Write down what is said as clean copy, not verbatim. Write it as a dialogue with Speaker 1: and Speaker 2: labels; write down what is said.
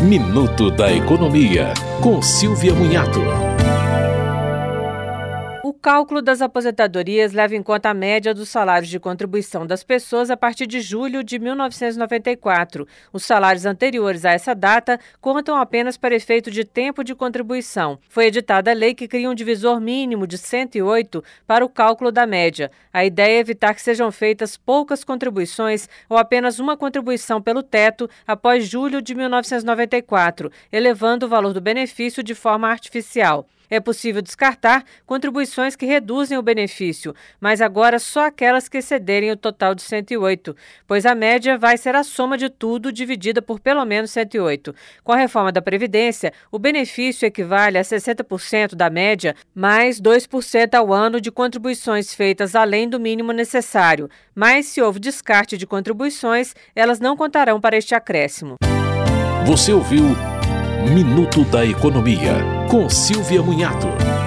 Speaker 1: Minuto da Economia, com Silvia Munhato.
Speaker 2: O cálculo das aposentadorias leva em conta a média dos salários de contribuição das pessoas a partir de julho de 1994. Os salários anteriores a essa data contam apenas para efeito de tempo de contribuição. Foi editada a lei que cria um divisor mínimo de 108 para o cálculo da média. A ideia é evitar que sejam feitas poucas contribuições ou apenas uma contribuição pelo teto após julho de 1994, elevando o valor do benefício de forma artificial. É possível descartar contribuições que reduzem o benefício, mas agora só aquelas que excederem o total de 108, pois a média vai ser a soma de tudo dividida por pelo menos 108. Com a reforma da Previdência, o benefício equivale a 60% da média, mais 2% ao ano de contribuições feitas além do mínimo necessário. Mas se houve descarte de contribuições, elas não contarão para este acréscimo.
Speaker 1: Você ouviu Minuto da Economia, com Silvia Munhato.